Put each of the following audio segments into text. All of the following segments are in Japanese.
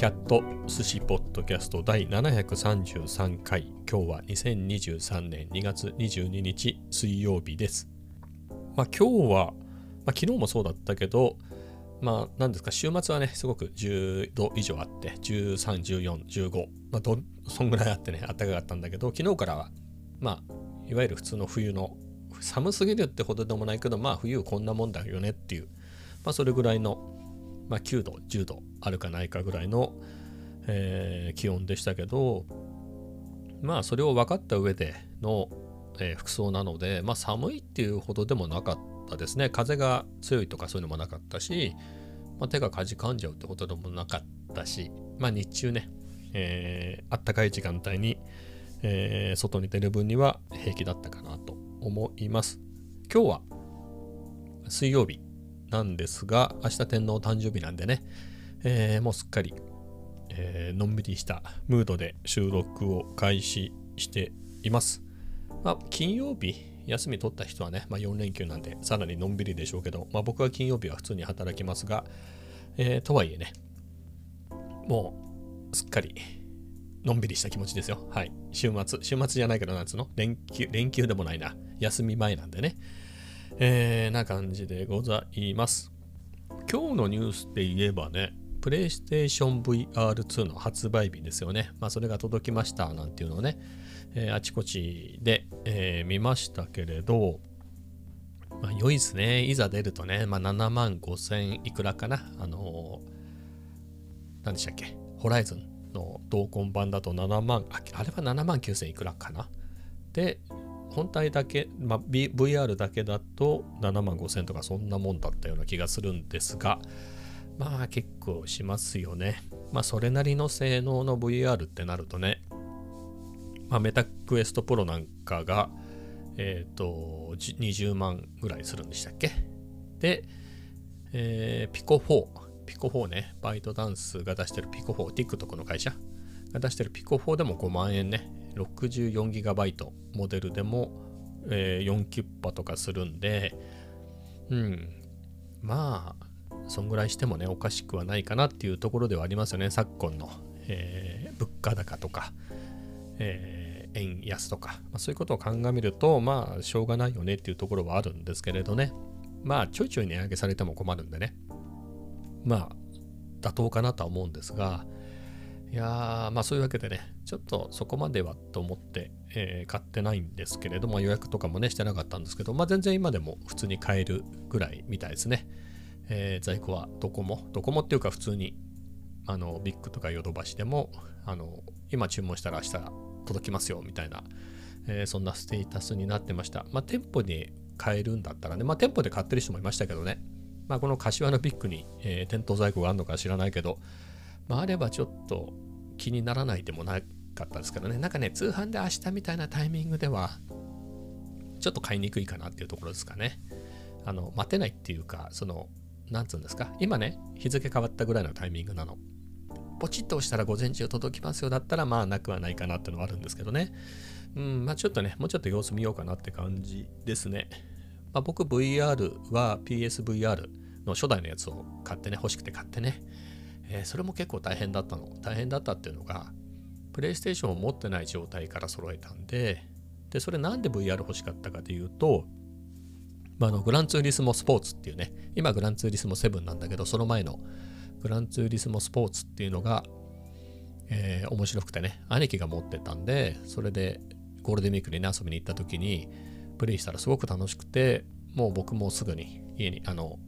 キャット寿司ポッドキャスト第733回。今日は2023年2月22日水曜日です。今日は、昨日もそうだったけど、何ですか、週末はね、すごく10度以上あって、13、14、15、そんぐらいあってね、暖かかったんだけど、昨日からは、いわゆる普通の冬の、寒すぎるってほどでもないけど、冬こんなもんだよねっていう、それぐらいの、9度、10度あるかないかぐらいの、気温でしたけど、それを分かった上での、服装なので、寒いっていうほどでもなかったですね。風が強いとかそういうのもなかったし、手がかじかんじゃうってことでもなかったし、日中ね、あったかい時間帯に、外に出る分には平気だったかなと思います。今日は水曜日なんですが、明日天皇誕生日なんでね、もうすっかり、のんびりしたムードで収録を開始しています。金曜日休み取った人はね、4連休なんでさらにのんびりでしょうけど、僕は金曜日は普通に働きますが、とはいえね、もうすっかりのんびりした気持ちですよ。はい。週末じゃないけど、夏の連休でもないな。休み前なんでね。な感じでございます。今日のニュースで言えばね、プレイステーション VR2 の発売日ですよね。それが届きましたなんていうのをね、あちこちで、見ましたけれど、良いですね。いざ出るとね、7万5千いくらかな。何でしたっけ、ホライズンの同梱版だと7万、あれは7万9千いくらかな。で、本体だけ、VR だけだと7万5千とかそんなもんだったような気がするんですが、結構しますよね。それなりの性能の VR ってなるとね、メタクエストプロなんかが、20万ぐらいするんでしたっけ。で、ピコ4ね、バイトダンスが出してるピコ4、TikTok の会社が出してるピコ4でも5万円ね、64GB モデルでも、4キュッパとかするんで、そんぐらいしてもね、おかしくはないかなっていうところではありますよね。昨今の、物価高とか、円安とか、そういうことを鑑みると、しょうがないよねっていうところはあるんですけれどね。ちょいちょい値上げされても困るんでね。妥当かなとは思うんですが、いやそういうわけでね、ちょっとそこまではと思って、買ってないんですけれども、予約とかもね、してなかったんですけど、全然今でも普通に買えるぐらいみたいですね。在庫はどこもっていうか普通にビッグとかヨドバシでも今注文したら明日届きますよみたいな、そんなステータスになってました。店舗に買えるんだったらね、店舗で買ってる人もいましたけどね、この柏のビッグに、店頭在庫があるのか知らないけど、あればちょっと気にならないでもなかったですけどね。通販で明日みたいなタイミングではちょっと買いにくいかなっていうところですかね。待てないっていうか、なんつうんですか、今ね、日付変わったぐらいのタイミングなの。ポチッと押したら午前中届きますよだったら、なくはないかなっていうのはあるんですけどね。ちょっとね、もうちょっと様子見ようかなって感じですね。僕 VR は PSVR の初代のやつを買ってね、欲しくて買ってね。それも結構大変だったっていうのが、プレイステーションを持ってない状態から揃えたんで、それなんで VR 欲しかったかというと、グランツーリスモスポーツっていうね、今グランツーリスモ7なんだけど、その前のグランツーリスモスポーツっていうのが、面白くてね、兄貴が持ってたんで、それでゴールデンウィークにね、遊びに行った時にプレイしたらすごく楽しくて、もう僕もすぐに家に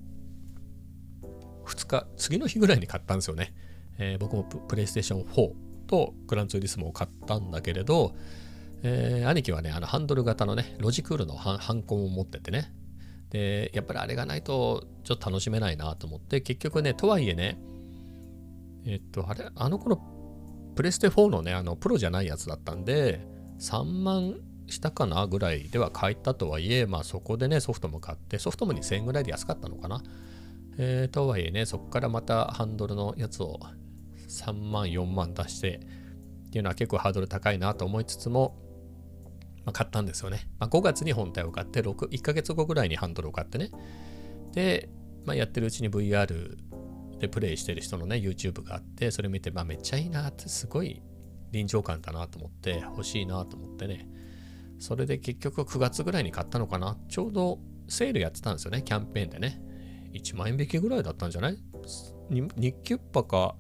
次の日ぐらいに買ったんですよね。僕もプレイステーション4とグランツーリスモを買ったんだけれど、兄貴はね、ハンドル型のね、ロジクールのハンコンを持っててね、でやっぱりあれがないとちょっと楽しめないなと思って、結局ね、とはいえね、あの頃プレステ4のね、プロじゃないやつだったんで3万したかなぐらいでは買えたとはいえ、そこでね、ソフトも買って、ソフトも2000円ぐらいで安かったのかな。とはいえね、そこからまたハンドルのやつを3万4万出してっていうのは結構ハードル高いなと思いつつも、買ったんですよね。5月に本体を買って、1ヶ月後ぐらいにハンドルを買ってね。で、やってるうちに VR ででプレイしてる人のね YouTube があって、それ見てめっちゃいいなって、すごい臨場感だなと思って欲しいなと思ってね、それで結局9月ぐらいに買ったのかな。ちょうどセールやってたんですよね、キャンペーンでね。1万円引きぐらいだったんじゃない？日キュッパか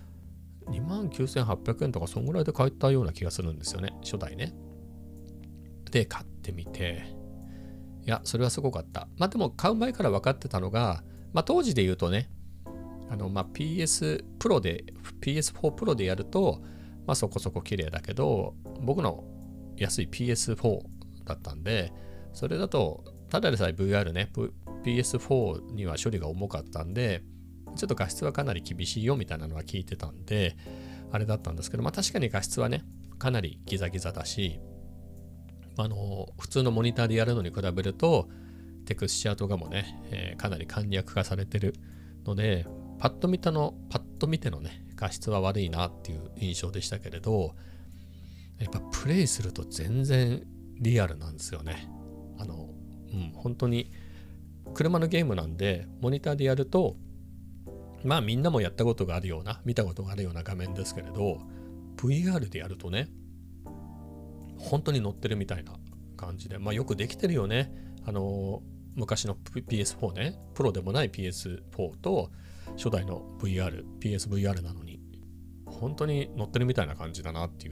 29,800円とかそんぐらいで買えたような気がするんですよね、初代ね。で買ってみて、いやそれはすごかった。でも買う前から分かってたのが、当時で言うとね、PS プロで PS4 プロでやるとそこそこ綺麗だけど、僕の安い PS4 だったんで、それだとただでさえ VR ね PS4 には処理が重かったんで、ちょっと画質はかなり厳しいよみたいなのは聞いてたんであれだったんですけど、確かに画質はねかなりギザギザだし、普通のモニターでやるのに比べるとテクスチャーとかもね、かなり簡略化されてるので、パッと見てのね画質は悪いなっていう印象でしたけれど、やっぱプレイすると全然リアルなんですよね。本当に車のゲームなんで、モニターでやるとみんなもやったことがあるような、見たことがあるような画面ですけれど、 VR でやるとね本当に乗ってるみたいな感じで、よくできてるよね。昔の PS4 ね、プロでもない PS4 と初代の PSVR なのに本当に乗ってるみたいな感じだなっていう、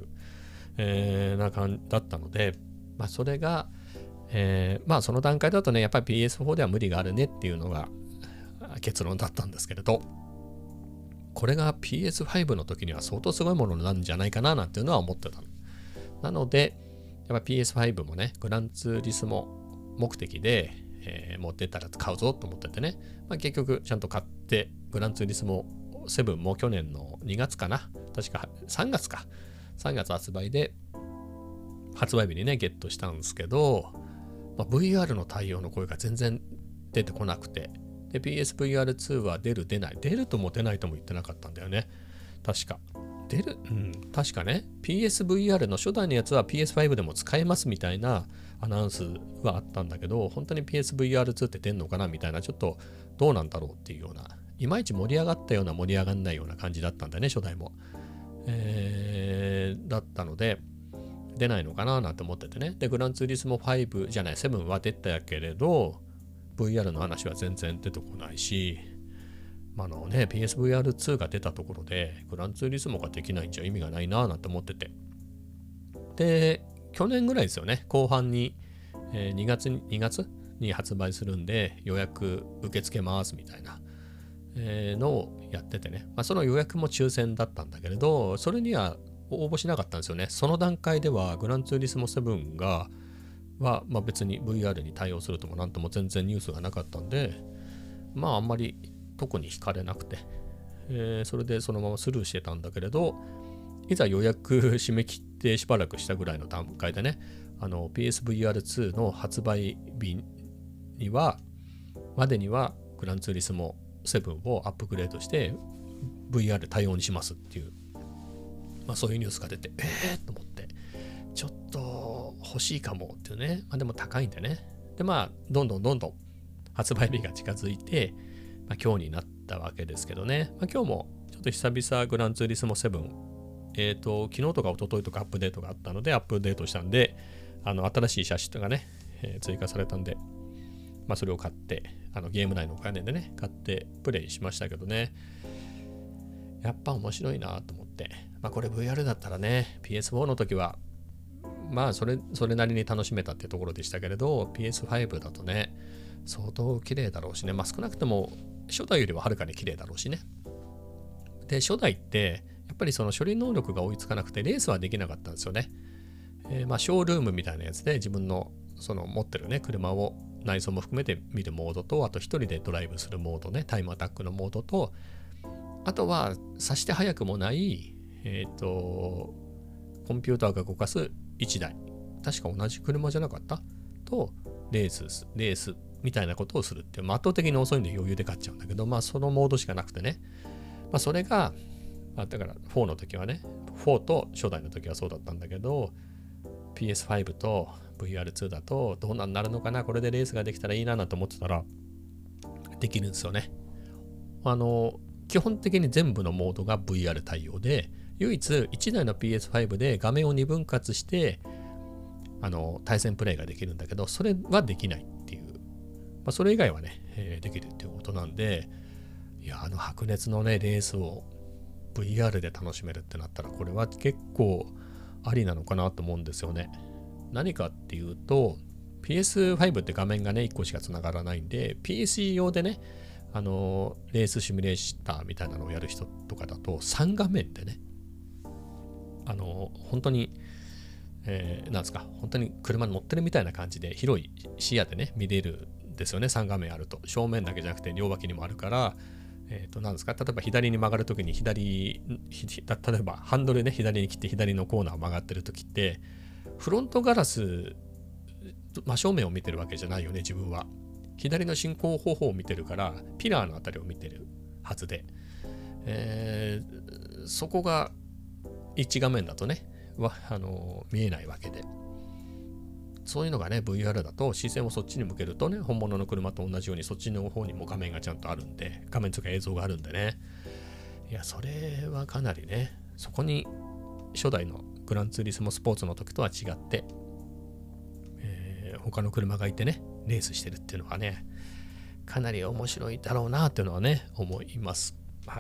な感じだったので、それが、その段階だとねやっぱり PS4 では無理があるねっていうのが結論だったんですけれど、これが PS5 の時には相当すごいものなんじゃないかななんていうのは思ってたの。なのでやっぱ PS5 もねグランツーリスモ目的で、もう出たら買うぞと思っててね、結局ちゃんと買って、グランツーリスモ7も去年の2月かな、確か3月発売で発売日にねゲットしたんですけど、VR の対応の声が全然出てこなくて、で PSVR2 は出るとも出ないとも言ってなかったんだよね。確か確かね PSVR の初代のやつは PS5 でも使えますみたいなアナウンスはあったんだけど、本当に PSVR2 って出んのかなみたいな、ちょっとどうなんだろうっていうような、いまいち盛り上がったような盛り上がんないような感じだったんだよね、初代も。だったので出ないのかななんて思っててね。でグランツーリスモ5じゃない7は出たけれど VR の話は全然出てこないし、PSVR2 が出たところでグランツーリスモができないんじゃ意味がないななんて思ってて、で去年ぐらいですよね、後半に、2月に発売するんで予約受け付けますみたいな、のをやっててね、その予約も抽選だったんだけれど、それには応募しなかったんですよね。その段階ではグランツーリスモ7は別に VR に対応するともなんとも全然ニュースがなかったんで、あんまり特に惹かれなくて、それでそのままスルーしてたんだけれど、いざ予約締め切ってしばらくしたぐらいの段階でね、PSVR2 の発売日までにはグランツーリスモ7をアップグレードして VR 対応にしますっていう、そういうニュースが出て、と思って、ちょっと欲しいかもっていうね。でも高いんでね。でどんどん発売日が近づいて、今日になったわけですけどね。今日もちょっと久々グランツーリスモ7、昨日とか一昨日とかアップデートがあったのでアップデートしたんで、新しい写真がね、追加されたんで、それを買って、ゲーム内のお金でね買ってプレイしましたけどね、やっぱ面白いなと思って、これ VR だったらね PS4 の時はそれなりに楽しめたってところでしたけれど、 PS5 だとね相当綺麗だろうしね、少なくとも初代よりははるかに綺麗だろうしね。で初代ってやっぱりその処理能力が追いつかなくてレースはできなかったんですよね。ショールームみたいなやつで自分のその持ってるね車を内装も含めて見るモードと、あと一人でドライブするモードね、タイムアタックのモードと、あとはさして早くもないコンピューターが動かす1台、確か同じ車じゃなかったとレースみたいなことをするっていう、圧倒的に遅いんで余裕で勝っちゃうんだけど、そのモードしかなくてね、それが、だから4の時はね、4と初代の時はそうだったんだけど、PS5 と VR2 だとどうなるのかな、これでレースができたらいいなと思ってたらできるんですよね。 基本的に全部のモードが VR 対応で、唯一1台の PS5 で画面を2分割して対戦プレイができるんだけど、それはできないっていう、それ以外はね、できるっていうことなんで、いや白熱のねレースを VR で楽しめるってなったら、これは結構ありなのかなと思うんですよね。何かっていうと、 PS5 って画面がね1個しかつながらないんで、 PC 用でねレースシミュレーターみたいなのをやる人とかだと3画面でね、本当になんですか、本当に車に乗ってるみたいな感じで広い視野でね見れるんですよね。3画面あると、正面だけじゃなくて両脇にもあるから、なんですか、例えば左に曲がるときに例えばハンドルね左に切って左のコーナーを曲がってるときって、フロントガラス、真正面を見てるわけじゃないよね自分は。左の進行方法を見てるから、ピラーのあたりを見てるはずで、そこが1画面だとね見えないわけで、そういうのがね VR だと視線をそっちに向けるとね、本物の車と同じようにそっちの方にも画面がちゃんとあるんで、画面とか映像があるんでね、いやそれはかなりね、そこに初代のグランツーリスモスポーツの時とは違って、他の車がいてねレースしてるっていうのはね、かなり面白いだろうなっていうのはね思います。はい。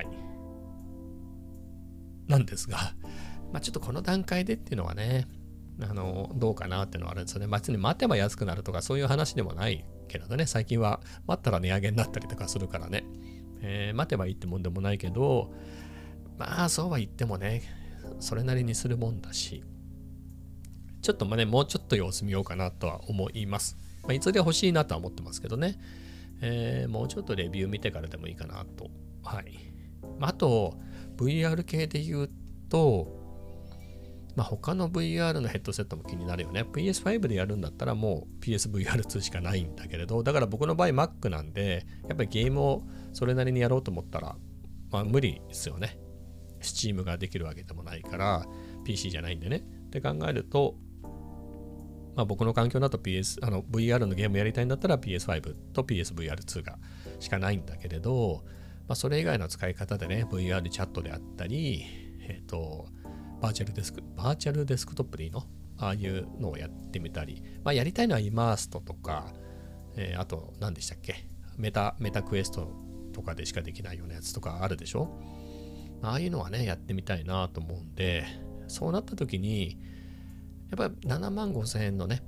なんですが、ちょっとこの段階でっていうのはね、どうかなっていうのはあるんですよね。別に待てば安くなるとかそういう話でもないけれどね、最近は待ったら値上げになったりとかするからね、待てばいいってもんでもないけど、そうは言ってもね、それなりにするもんだし、ちょっともうちょっと様子見ようかなとは思います。いずれ欲しいなとは思ってますけどね、もうちょっとレビュー見てからでもいいかなと。はい。あと VR 系で言うと、他の VR のヘッドセットも気になるよね。PS5 でやるんだったらもう PSVR2 しかないんだけれど、だから僕の場合 Mac なんで、やっぱりゲームをそれなりにやろうと思ったら、無理ですよね。Steam ができるわけでもないから、PC じゃないんでね。って考えると、僕の環境だと VR のゲームやりたいんだったら PS5 と PSVR2 がしかないんだけれど、それ以外の使い方でね、VR チャットであったり、バーチャルデスクトップでいいの？ああいうのをやってみたり、やりたいのはイマーストとか、あと何でしたっけ、メタクエストとかでしかできないようなやつとかあるでしょ。ああいうのはねやってみたいなと思うんで、そうなった時にやっぱり75,000円のね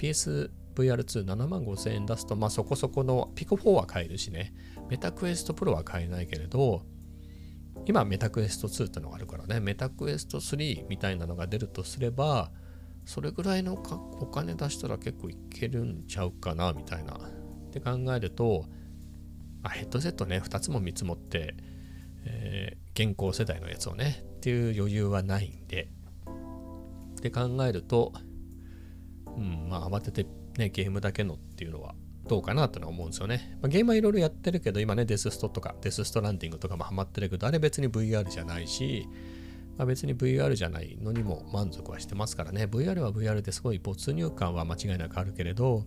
PSVR275000円出すと、そこそこのピコ4は買えるしね、メタクエストプロは買えないけれど、今メタクエスト2ってのがあるからね、メタクエスト3みたいなのが出るとすれば、それぐらいのお金出したら結構いけるんちゃうかなみたいなって考えると、ヘッドセットね2つも3つ持って、現行世代のやつをねっていう余裕はないんでって考えると、慌ててねゲームだけのっていうのはどうかなってのは思うんですよね。ゲームはいろいろやってるけど、今ねデスストとかデスストランディングとかもハマってるけど、あれ別に VR じゃないし、別に VR じゃないのにも満足はしてますからね。 VR は VR ですごい没入感は間違いなくあるけれど、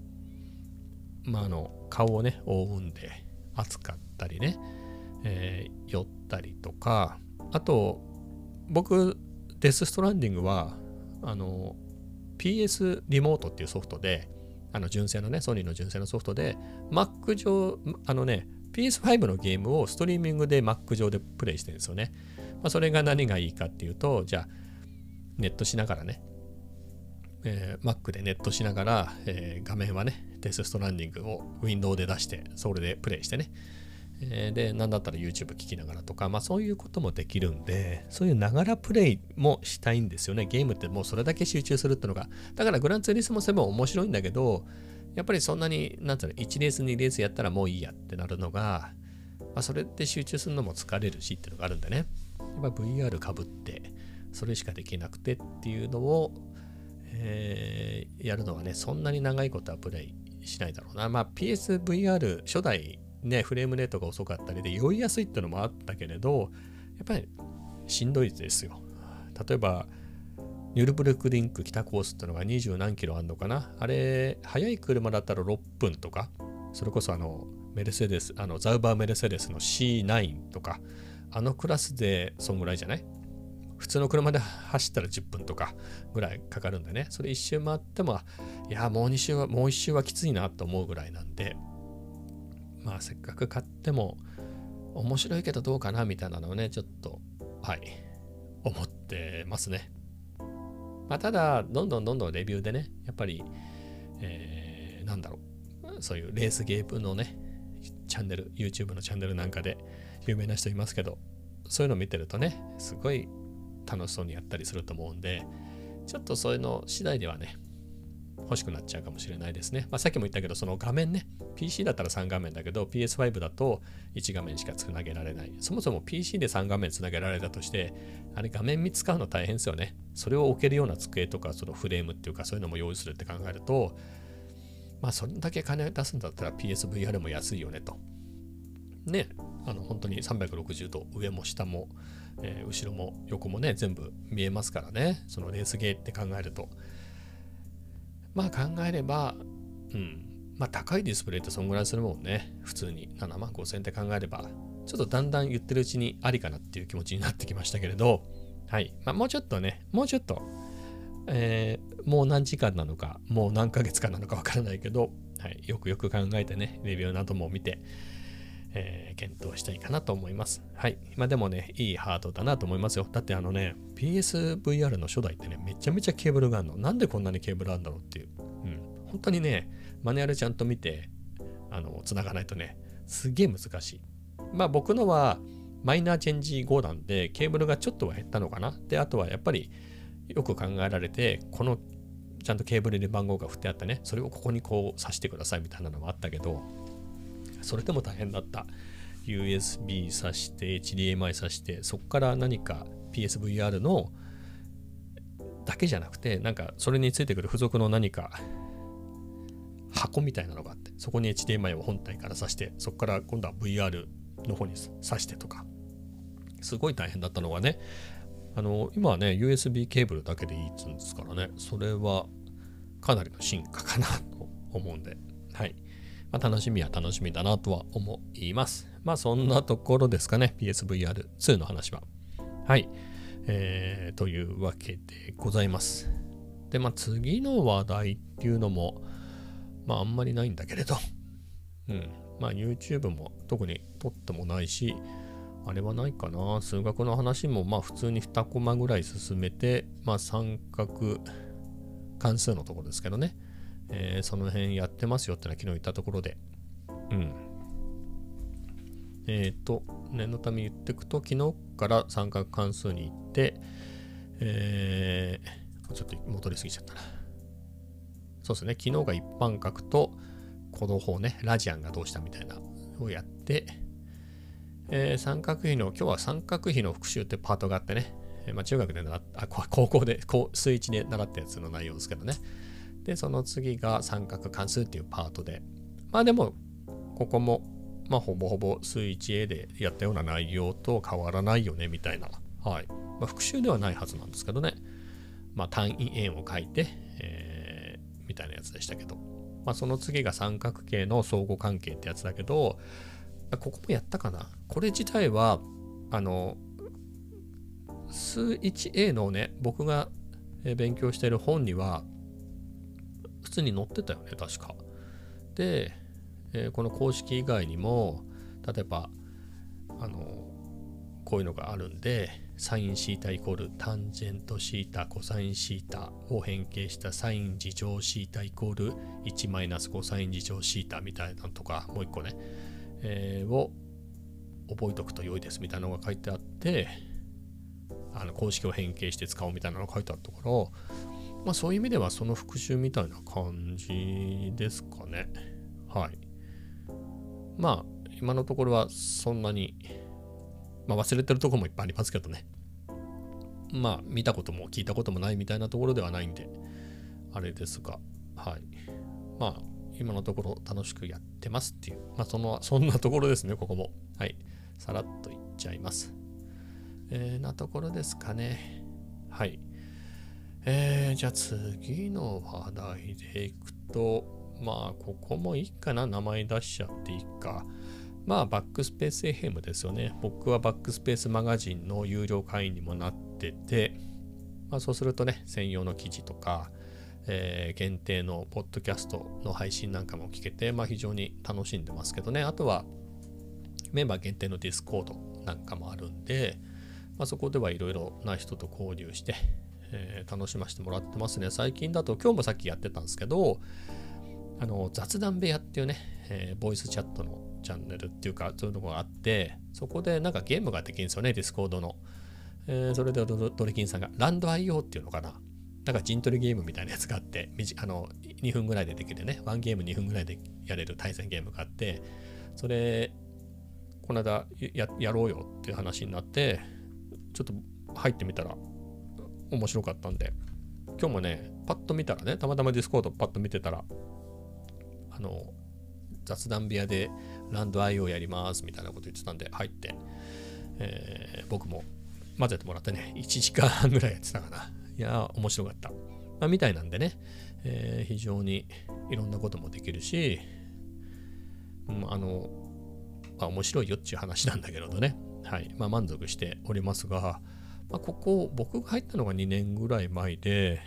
顔をね覆うんで暑かったりね、酔ったりとか、あと僕デスストランディングはPS リモートっていうソフトで、純正のねソニーの純正のソフトで Mac 上PS5 のゲームをストリーミングで Mac 上でプレイしてるんですよね。それが何がいいかっていうと、じゃあネットしながらね、Mac でネットしながら、画面はねデスストランディングをウィンドウで出してそれでプレイしてね、で何だったら YouTube 聞きながらとか、そういうこともできるんで、そういうながらプレイもしたいんですよね。ゲームってもうそれだけ集中するってのが、だからグランツーリスモ7面白いんだけど、やっぱりそんなに1レース2レースやったらもういいやってなるのが、それって集中するのも疲れるしっていうのがあるんでね、やっぱ VR かぶってそれしかできなくてっていうのを、やるのはねそんなに長いことはプレイしないだろうな。PSVR 初代ねフレームレートが遅かったりで酔いやすいってのもあったけれど、やっぱりしんどいですよ。例えばニュルブルクリンク北コースってのが20何キロあるのかな、あれ速い車だったら6分とか、それこそメルセデスザウバーメルセデスの C9 とか、 あのクラスでそんぐらいじゃない？普通の車で走ったら10分とかぐらいかかるんでね、それ一周回っても、いや、もう一周はきついなと思うぐらいなんで、まあせっかく買っても面白いけどどうかなみたいなのをね、ちょっと、はい、思ってますね。まあただ、どんどんレビューでね、やっぱり、なんだろう、そういうレースゲームのね、チャンネル、YouTube のチャンネルなんかで有名な人いますけど、そういうの見てるとね、すごい楽しそうにやったりすると思うんで、ちょっとそういうの次第ではね、欲しくなっちゃうかもしれないですね。まあ、さっきも言ったけど、その画面ね、PC だったら3画面だけど、PS5 だと1画面しかつなげられない。そもそも PC で3画面つなげられたとして、あれ画面3つ使うの大変ですよね。それを置けるような机とか、そのフレームっていうか、そういうのも用意するって考えると、まあ、それだけ金出すんだったら PSVR も安いよねと。ね、本当に360度、上も下も、後ろも横もね、全部見えますからね。そのレースゲーって考えると。まあ考えれば、まあ高いディスプレイってそんぐらいするもんね。普通に7万5千円って考えれば、ちょっとだんだん言ってるうちにありかなっていう気持ちになってきましたけれど、はい。まあもうちょっと、もう何時間なのか、もう何ヶ月かなのかわからないけど、はい、よく考えてね、レビューなども見て、検討したいかなと思います。はい。まあでもね、いいハードだなと思いますよ。だってPSVR の初代ってね、めちゃめちゃケーブルがあるの。なんでこんなにケーブルあるんだろうっていう。本当にね、マニュアルちゃんと見て、繋がないとね、すげえ難しい。まあ僕のは、マイナーチェンジ後なんで、ケーブルがちょっとは減ったのかな。で、あとはやっぱり、よく考えられて、ちゃんとケーブルで番号が振ってあってね、それをここにこう挿してくださいみたいなのもあったけど、それでも大変だった。USB 挿して、HDMI 挿して、そこから何か PSVR のだけじゃなくて、なんかそれについてくる付属の何か箱みたいなのがあって、そこに HDMI を本体から挿して、そこから今度は VR の方に挿してとか、すごい大変だったのがね、今はね、USB ケーブルだけでいいっつうんですからね、それはかなりの進化かなと思うんで、はい。まあ、楽しみは楽しみだなとは思います。まあそんなところですかね。PSVR2 の話は。はい。というわけでございます。で、まあ次の話題っていうのも、まああんまりないんだけれど、まあ YouTube も特に撮ってもないし、あれはないかな。数学の話もまあ普通に2コマぐらい進めて、まあ三角関数のところですけどね。その辺やってますよってのは昨日言ったところで。念のため言っていくと、昨日から三角関数に行って、ちょっと戻りすぎちゃったな。そうですね、昨日が一般角と、この方ね、ラジアンがどうしたみたいなをやって、三角比の、今日は三角比の復習ってパートがあってね、中学で高校で、数1で習ったやつの内容ですけどね。で、その次が三角関数っていうパートで。まあでも、ここも、まあほぼほぼ数 1A でやったような内容と変わらないよね、みたいな。はい。まあ復習ではないはずなんですけどね。まあ単位円を書いて、みたいなやつでしたけど。まあその次が三角形の相互関係ってやつだけど、ここもやったかな。これ自体は、数 1A のね、僕が勉強している本には、普通に載ってたよね、確か。で、この公式以外にも、例えば、こういうのがあるんで、サインシータイコールタンジェントシータコサインシータを変形したサイン二乗シータイコール1マイナスコサイン二乗シータみたいなのとか、もう一個ね、を覚えておくと良いですみたいなのが書いてあって、公式を変形して使おうみたいなのが書いてあったから、まあそういう意味ではその復習みたいな感じですかね。はい。まあ今のところはそんなに、まあ忘れてるところもいっぱいありますけどね。まあ見たことも聞いたこともないみたいなところではないんで、あれですが、はい。まあ今のところ楽しくやってますっていう、まあそんなところですね、ここも。はい。さらっといっちゃいます。なところですかね。はい。じゃあ次の話題でいくと、まあここもいいかな、名前出しちゃっていいか。 バックスペース FM ですよね。僕はバックスペースマガジンの有料会員にもなってて、そうするとね、専用の記事とか、限定のポッドキャストの配信なんかも聞けて、非常に楽しんでますけどね。あとはメンバー限定のディスコードなんかもあるんで、そこではいろいろな人と交流して、楽しませてもらってますね。最近だと今日もさっきやってたんですけど、雑談部屋っていうね、ボイスチャットのチャンネルっていうかそういうのがあって、そこでなんかゲームができるんですよね、ディスコードの。それでドリキンさんがランド IO っていうのかな、なんか陣取りゲームみたいなやつがあって、2分ぐらいでできるね、ワンゲーム2分ぐらいでやれる対戦ゲームがあって、それこの間 やろうよっていう話になって、ちょっと入ってみたら面白かったんで、今日もねパッと見たらね、たまたまディスコードパッと見てたら、雑談部屋でランド IO やりますみたいなこと言ってたんで入って、僕も混ぜてもらってね、1時間半ぐらいやってたかな。いや面白かった、みたいなんでね、非常にいろんなこともできるし、面白いよっていう話なんだけどね、はい、満足しておりますが、ここ僕が入ったのが2年ぐらい前で、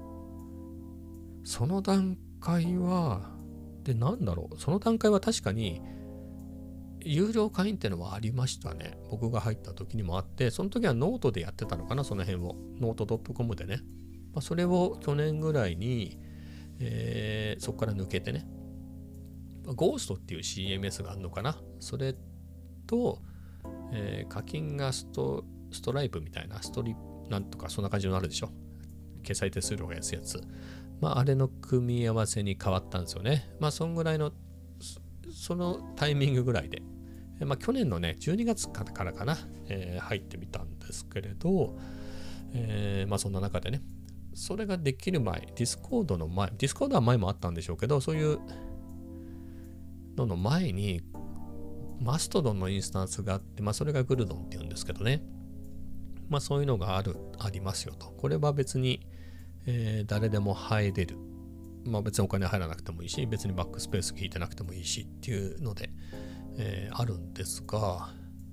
その段階はその段階は確かに有料会員ってのはありましたね。僕が入った時にもあって、その時はノートでやってたのかな、その辺を。ノート .com でね。それを去年ぐらいに、そこから抜けてね、ゴーストっていう CMS があるのかな。それと、課金がストライプみたいな、なんとかそんな感じになるでしょ。決済手数料が安いやつ。あれの組み合わせに変わったんですよね。そんぐらいの、そのタイミングぐらいで。去年のね、12月からかな、入ってみたんですけれど、そんな中でね、それができる前、ディスコードは前もあったんでしょうけど、そういうのの前に、マストドンのインスタンスがあって、それがグルドンっていうんですけどね、そういうのがありますよと。これは別に、誰でも入れる。別にお金入らなくてもいいし、別にバックスペース聞いてなくてもいいしっていうので、あるんですが、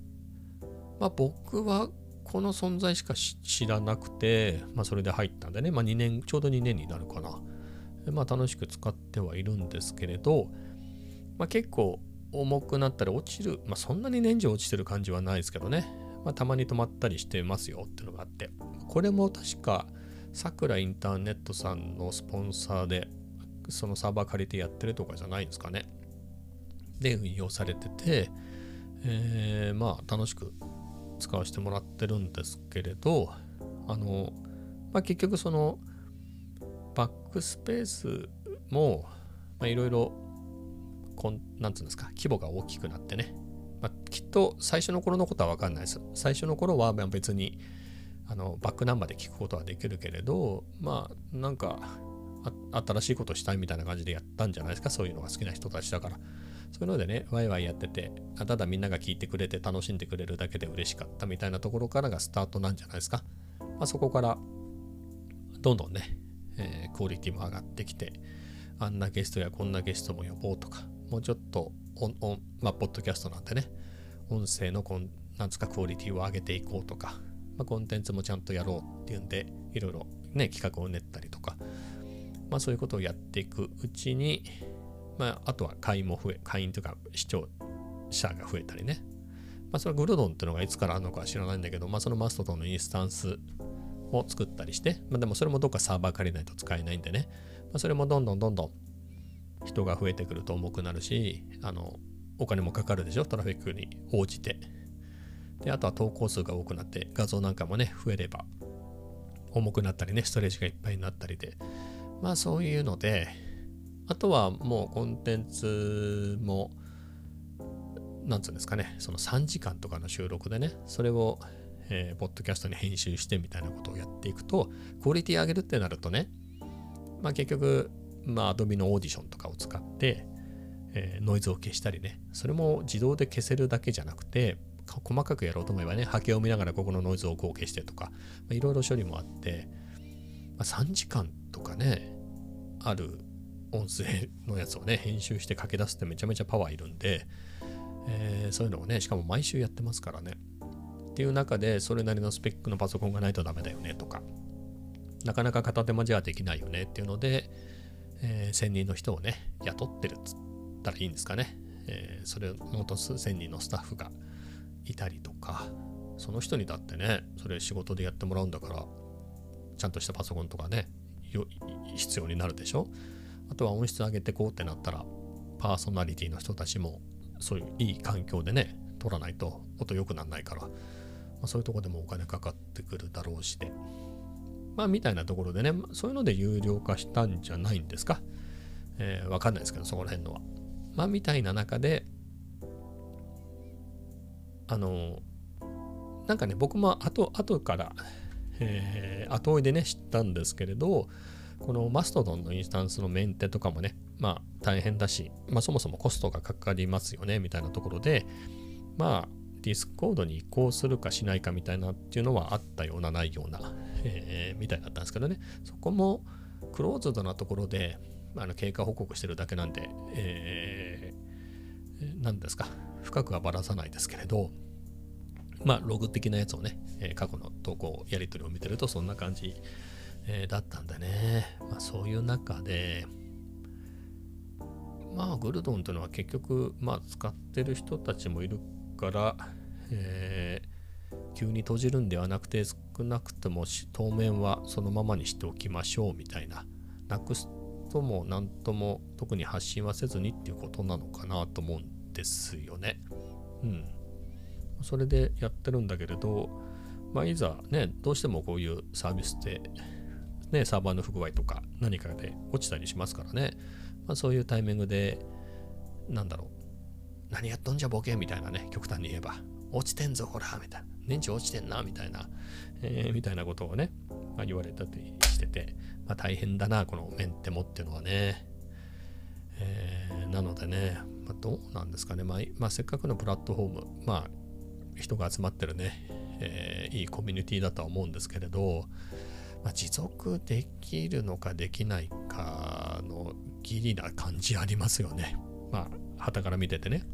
僕はこの存在しか知らなくて、それで入ったんでね、ちょうど2年になるかな。楽しく使ってはいるんですけれど、結構重くなったり落ちる、そんなに年中落ちてる感じはないですけどね、たまに止まったりしてますよっていうのがあって、これも確かさくらインターネットさんのスポンサーでそのサーバー借りてやってるとかじゃないですかね。で運用されてて、楽しく使わせてもらってるんですけれど、結局そのバックスペースもいろいろなんつうんですか、規模が大きくなってね、きっと最初の頃のことは分かんないです。最初の頃は別にバックナンバーで聞くことはできるけれど、なんか新しいことしたいみたいな感じでやったんじゃないですか。そういうのが好きな人たちだから。そういうのでね、ワイワイやってて、ただみんなが聞いてくれて楽しんでくれるだけで嬉しかったみたいなところからがスタートなんじゃないですか。そこからどんどんね、クオリティも上がってきて、あんなゲストやこんなゲストも呼ぼうとか、もうちょっとポッドキャストなんてね、音声のなんつかクオリティを上げていこうとか、コンテンツもちゃんとやろうっていうんで、いろいろね、企画を練ったりとか、そういうことをやっていくうちに、あとは会員というか視聴者が増えたりね。それはグルドンっていうのがいつからあるのかは知らないんだけど、そのマストドンのインスタンスを作ったりして、でもそれもどっかサーバー借りないと使えないんでね、それもどんどん人が増えてくると重くなるし、お金もかかるでしょ、トラフィックに応じて。で、あとは投稿数が多くなって画像なんかもね、増えれば重くなったりね、ストレージがいっぱいになったりで、そういうので、あとはもうコンテンツもなんつうんですかね、その3時間とかの収録でね、それを、ポッドキャストに編集してみたいなことをやっていくと、クオリティ上げるってなるとね、結局Adobe のオーディションとかを使って、ノイズを消したりね、それも自動で消せるだけじゃなくて、細かくやろうと思えばね、波形を見ながらここのノイズをこう消してとか、いろいろ処理もあって、3時間とかね、ある音声のやつをね、編集して書き出すってめちゃめちゃパワーいるんで、 そういうのをね、しかも毎週やってますからね。っていう中で、それなりのスペックのパソコンがないとダメだよねとか、なかなか片手間じゃできないよねっていうので、専任の人をね、雇ってるっつったらいいんですかね。それを元専任のスタッフがいたりとか、その人にだってね、それ仕事でやってもらうんだから、ちゃんとしたパソコンとかね、必要になるでしょ。あとは音質上げてこうってなったら、パーソナリティの人たちもそういういい環境でね、撮らないと音良くならないから、そういうとこでもお金かかってくるだろうしで、みたいなところでね、そういうので有料化したんじゃないんですか。わかんないですけど、そこら辺のは。みたいな中で、なんかね、僕も後から、後追いでね、知ったんですけれど、このマストドンのインスタンスのメンテとかもね、大変だし、そもそもコストがかかりますよね、みたいなところで、ディスコードに移行するかしないかみたいなっていうのはあったようなないような、みたいだったんですけどね、そこもクローズドなところで経過報告してるだけなんで、何ですか、深くはばらさないですけれど、ログ的なやつをね、過去の投稿やり取りを見てるとそんな感じ、だったんでね、そういう中でグルドンというのは結局使ってる人たちもいるから、急に閉じるんではなくて、少なくとも当面はそのままにしておきましょうみたいな、なくすともなんとも特に発信はせずにっていうことなのかなと思うんですよね。それでやってるんだけれど、いざね、どうしてもこういうサービスってね、サーバーの不具合とか何かで落ちたりしますからね、そういうタイミングで何やっとんじゃボケみたいなね、極端に言えば落ちてんぞほらみたいな、年中落ちてんなみたいな、みたいなことをね、言われたりしてて、大変だなこのメンテもっていうのはね、なのでね、どうなんですかね、せっかくのプラットフォーム、人が集まってるね、いいコミュニティだとは思うんですけれど、持続できるのかできないかのギリな感じありますよね。傍から見ててね。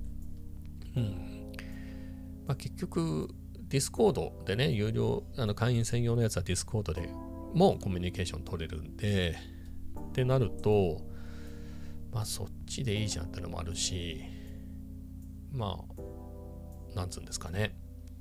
結局ディスコードでね、有料会員専用のやつはディスコードでもコミュニケーション取れるんで、ってなるとそっちでいいじゃんってのもあるし、なんつうんですかね、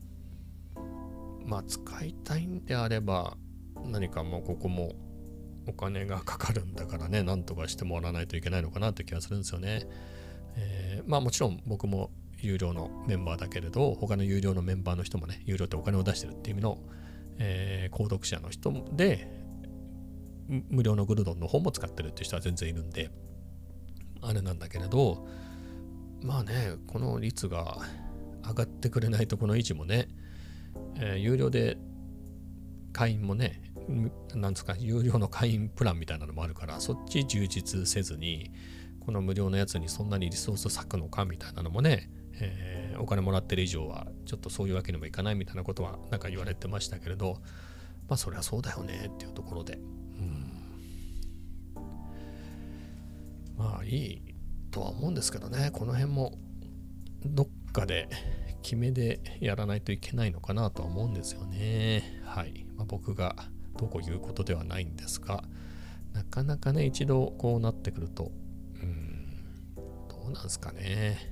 使いたいんであれば何かここもお金がかかるんだからね、なんとかしてもらわないといけないのかなという気がするんですよね。もちろん僕も有料のメンバーだけれど、他の有料のメンバーの人もね、有料ってお金を出してるっていう意味の、購読者の人で無料のグルドンの方も使ってるっていう人は全然いるんであれなんだけれど、この率が上がってくれないとこの維持もね、有料で会員もね、なんですか、有料の会員プランみたいなのもあるから、そっち充実せずにこの無料のやつにそんなにリソース割くのかみたいなのもね、お金もらってる以上はちょっとそういうわけにもいかないみたいなことはなんか言われてましたけれど、そりゃそうだよねっていうところで、いいとは思うんですけどね、この辺もどっかで決めでやらないといけないのかなとは思うんですよね。はい。僕がどうこう言うことではないんですが、なかなかね、一度こうなってくると、どうなんですかね。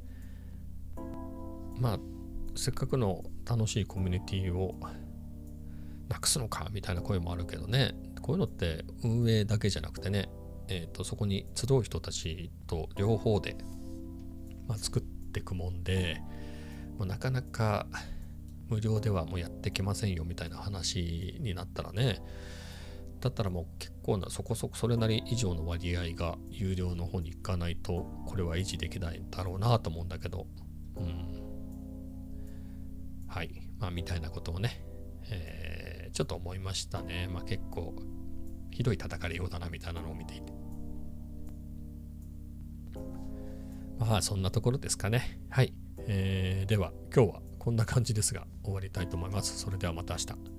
せっかくの楽しいコミュニティをなくすのかみたいな声もあるけどね、こういうのって運営だけじゃなくてね、そこに集う人たちと両方で、作っていくもんで、なかなか無料ではもうやってきませんよみたいな話になったらね、だったらもう結構なそこそこそれなり以上の割合が有料の方に行かないとこれは維持できないんだろうなと思うんだけど、はい、みたいなことをね、ちょっと思いましたね。結構ひどい叩かれようだなみたいなのを見ていて、そんなところですかね。はい、では今日はこんな感じですが終わりたいと思います。それではまた明日。